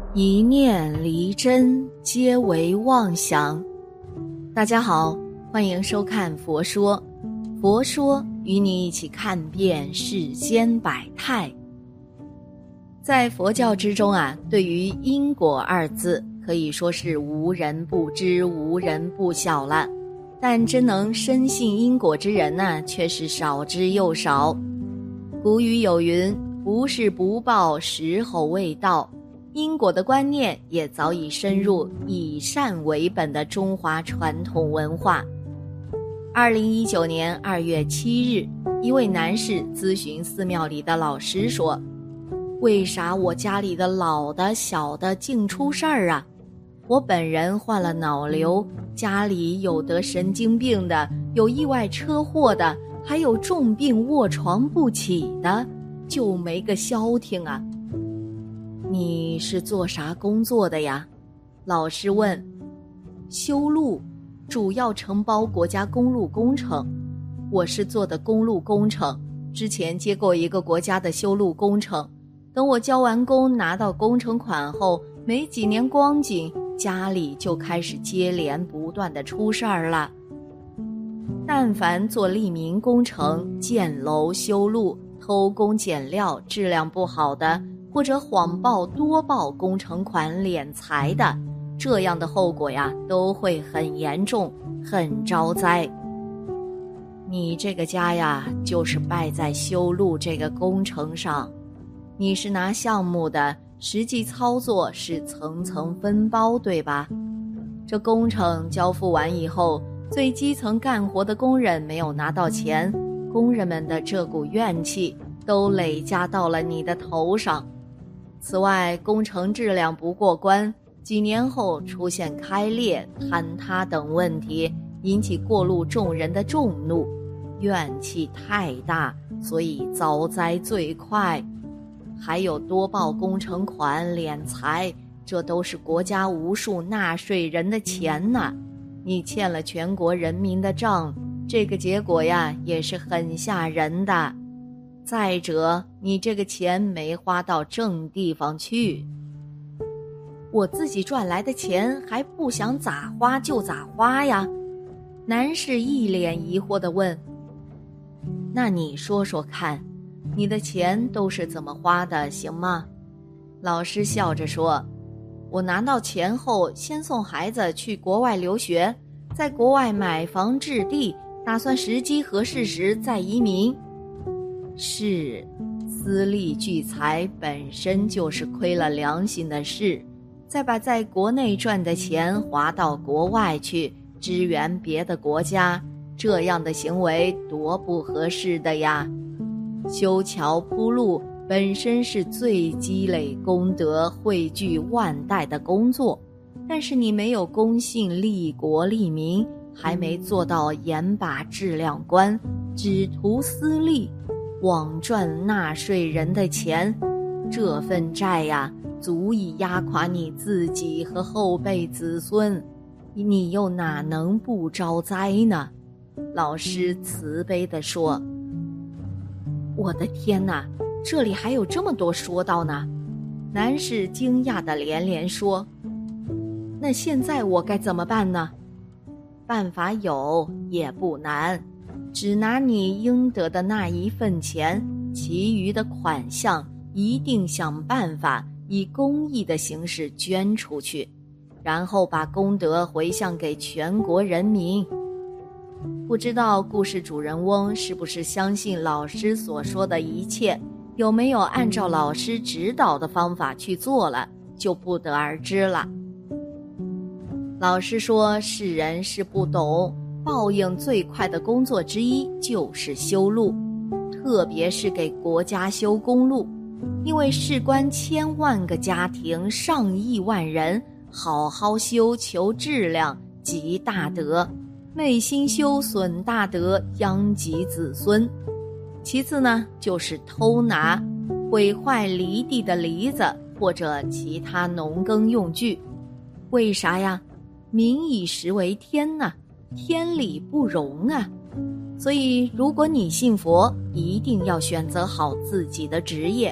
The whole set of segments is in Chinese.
一念离真，皆为妄想。大家好，欢迎收看佛说。佛说与你一起看遍世间百态。在佛教之中对于因果二字可以说是无人不知，无人不晓了。但真能深信因果之人却是少之又少。古语有云，不是不报，时候未到。因果的观念也早已深入以善为本的中华传统文化。2019年2月7日，一位男士咨询寺庙里的老师说，为啥我家里的老的小的净出事儿啊？我本人患了脑瘤，家里有得神经病的，有意外车祸的，还有重病卧床不起的，就没个消停啊。你是做啥工作的呀？老师问。修路，主要承包国家公路工程。我是做的公路工程，之前接过一个国家的修路工程，等我交完工拿到工程款后，没几年光景，家里就开始接连不断的出事儿了。但凡做利民工程、建楼修路、偷工减料、质量不好的，或者谎报多报工程款敛财的，这样的后果都会很严重，很招灾。你这个家就是败在修路这个工程上。你是拿项目的，实际操作是层层分包，对吧？这工程交付完以后，最基层干活的工人没有拿到钱，工人们的这股怨气都累加到了你的头上。此外，工程质量不过关，几年后出现开裂、坍塌等问题，引起过路众人的众怒，怨气太大，所以遭灾最快。还有多报工程款、敛财，这都是国家无数纳税人的钱呢。你欠了全国人民的账，这个结果也是很吓人的。再者，你这个钱没花到正地方去。我自己赚来的钱还不想咋花就咋花呀？男士一脸疑惑地问。那你说说看，你的钱都是怎么花的，行吗？老师笑着说，我拿到钱后，先送孩子去国外留学，在国外买房置地，打算时机合适时再移民。是，私利聚财本身就是亏了良心的事，再把在国内赚的钱花到国外去支援别的国家，这样的行为多不合适的呀。修桥铺路本身是最积累功德、汇聚万代的工作，但是你没有公信利国利民，还没做到严把质量关，只图私利，枉赚纳税人的钱，这份债足以压垮你自己和后辈子孙，你又哪能不招灾呢？老师慈悲地说。我的天哪，这里还有这么多说道呢。男士惊讶地连连说，那现在我该怎么办呢？办法有，也不难，只拿你应得的那一份钱，其余的款项一定想办法以公益的形式捐出去，然后把功德回向给全国人民。不知道故事主人翁是不是相信老师所说的一切，有没有按照老师指导的方法去做了，就不得而知了。老师说，世人是不懂，报应最快的工作之一就是修路，特别是给国家修公路，因为事关千万个家庭、上亿万人，好好修求质量积大德，昧心修损大德，殃及子孙。其次呢，就是偷拿、毁坏犁地的犁子或者其他农耕用具。为啥呀？民以食为天天理不容啊。所以如果你信佛，一定要选择好自己的职业，不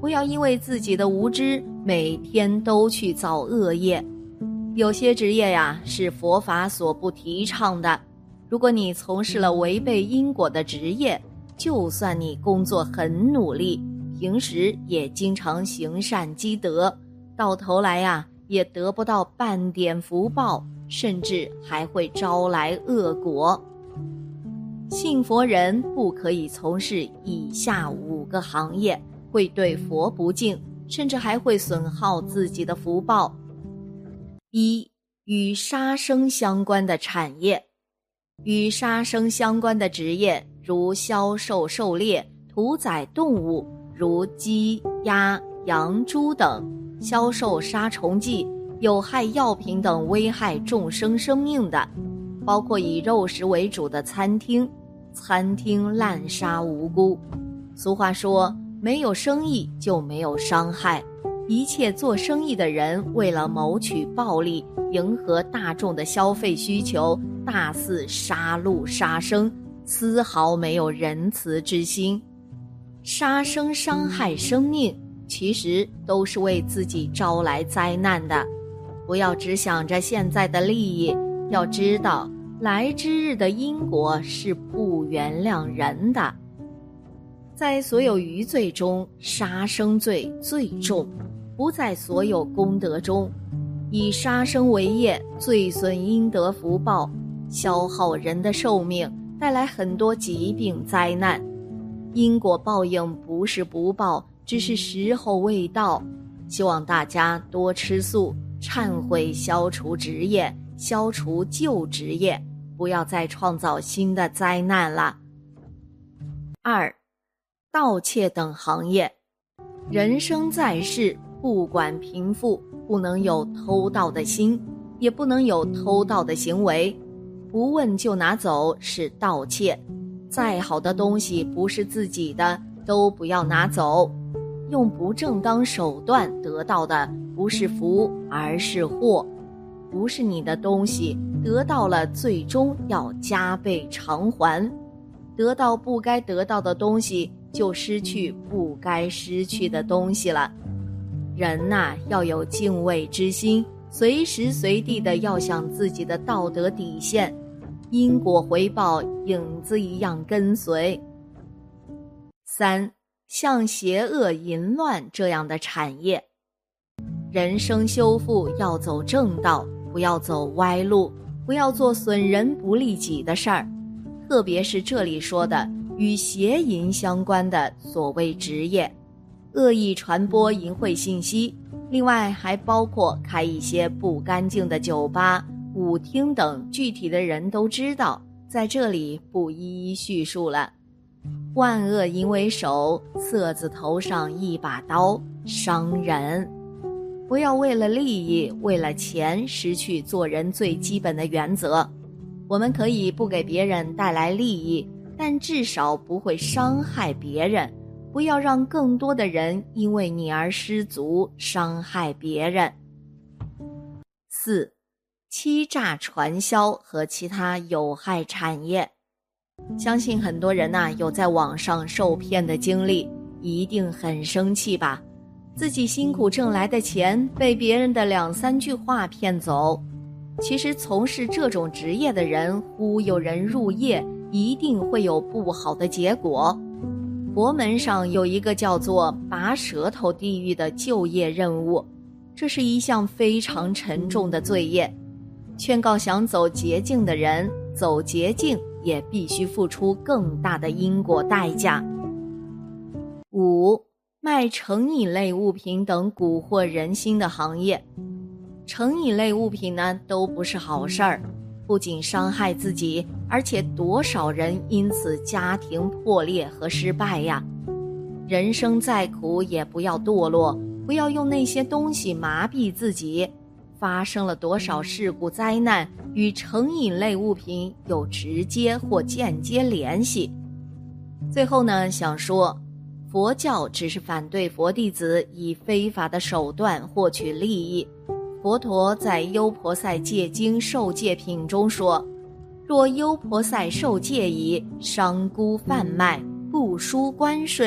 不要因为自己的无知，每天都去造恶业。有些职业呀，是佛法所不提倡的。如果你从事了违背因果的职业，就算你工作很努力，平时也经常行善积德，到头来呀，也得不到半点福报，甚至还会招来恶果。信佛人不可以从事以下5个行业，会对佛不敬，甚至还会损耗自己的福报。1. 与杀生相关的产业。与杀生相关的职业，如销售狩猎、屠宰动物，如鸡、鸭、羊、猪等，销售杀虫剂、有害药品等危害众生生命的，包括以肉食为主的餐厅滥杀无辜。俗话说，没有生意就没有伤害。一切做生意的人为了谋取暴利，迎合大众的消费需求，大肆杀戮杀生，丝毫没有仁慈之心。杀生伤害生命，其实都是为自己招来灾难的。不要只想着现在的利益，要知道来之日的因果是不原谅人的。在所有余罪中，杀生罪最重，不在所有功德中。以杀生为业，罪损阴德福报，消耗人的寿命，带来很多疾病灾难。因果报应不是不报，只是时候未到。希望大家多吃素，忏悔，消除职业，消除旧职业，不要再创造新的灾难了。2. 盗窃等行业。人生在世，不管贫富，不能有偷盗的心，也不能有偷盗的行为。不问就拿走是盗窃。再好的东西不是自己的，都不要拿走。用不正当手段得到的不是福，而是祸。不是你的东西，得到了最终要加倍偿还。得到不该得到的东西，就失去不该失去的东西了。人呐，要有敬畏之心，随时随地的要想自己的道德底线，因果回报影子一样跟随。3. 像邪恶淫乱这样的产业。人生修复要走正道，不要走歪路，不要做损人不利己的事儿。特别是这里说的与邪淫相关的所谓职业，恶意传播淫秽信息，另外还包括开一些不干净的酒吧、舞厅等，具体的人都知道，在这里不一一叙述了。万恶淫为首，色字头上一把刀，伤人。不要为了利益，为了钱，失去做人最基本的原则。我们可以不给别人带来利益，但至少不会伤害别人。不要让更多的人因为你而失足，伤害别人。4. 欺诈传销和其他有害产业。相信很多人有在网上受骗的经历，一定很生气吧？自己辛苦挣来的钱被别人的2-3句话骗走。其实从事这种职业的人忽悠人入业，一定会有不好的结果。佛门上有一个叫做拔舌头地狱的救业任务，这是一项非常沉重的罪业。劝告想走捷径的人，走捷径也必须付出更大的因果代价。5. 卖成瘾类物品等蛊惑人心的行业。成瘾类物品都不是好事儿，不仅伤害自己，而且多少人因此家庭破裂和失败呀。人生再苦也不要堕落，不要用那些东西麻痹自己。发生了多少事故灾难与成瘾类物品有直接或间接联系。最后想说，佛教只是反对佛弟子以非法的手段获取利益。佛陀在优婆塞戒经受戒品中说，若优婆塞受戒已，商沽贩卖，不输关税，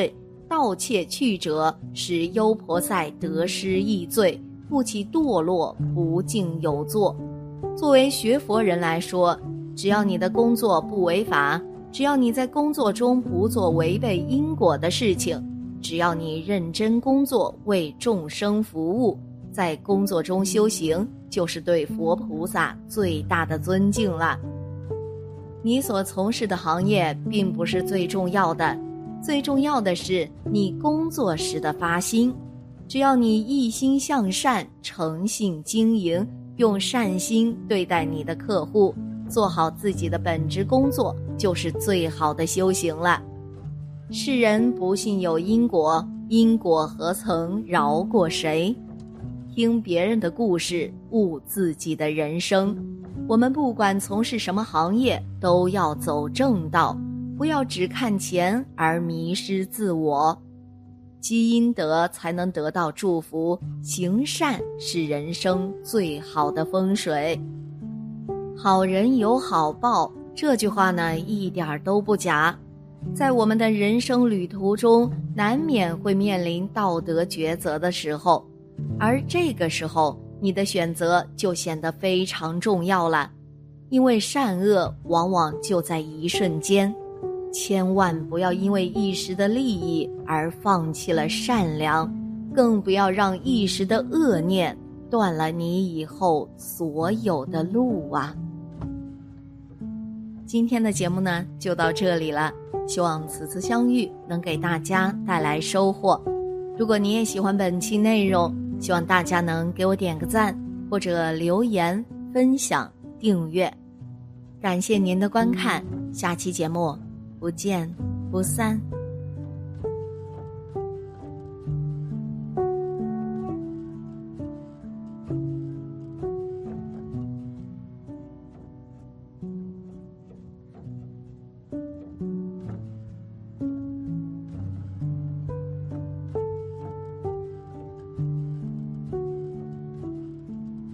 盗窃去者，使优婆塞得失易罪，故其堕落不敬有作。作为学佛人来说，只要你的工作不违法，只要你在工作中不做违背因果的事情，只要你认真工作，为众生服务，在工作中修行，就是对佛菩萨最大的尊敬了。你所从事的行业并不是最重要的，最重要的是你工作时的发心。只要你一心向善，诚信经营，用善心对待你的客户，做好自己的本职工作，就是最好的修行了。世人不信有因果，因果何曾饶过谁？听别人的故事，悟自己的人生。我们不管从事什么行业，都要走正道，不要只看钱而迷失自我。积阴德才能得到祝福，行善是人生最好的风水。好人有好报，这句话呢，一点都不假。在我们的人生旅途中，难免会面临道德抉择的时候，而这个时候，你的选择就显得非常重要了。因为善恶往往就在一瞬间，千万不要因为一时的利益而放弃了善良，更不要让一时的恶念断了你以后所有的路啊。今天的节目呢，就到这里了，希望此次相遇能给大家带来收获。如果你也喜欢本期内容，希望大家能给我点个赞，或者留言、分享、订阅。感谢您的观看，下期节目不见不散。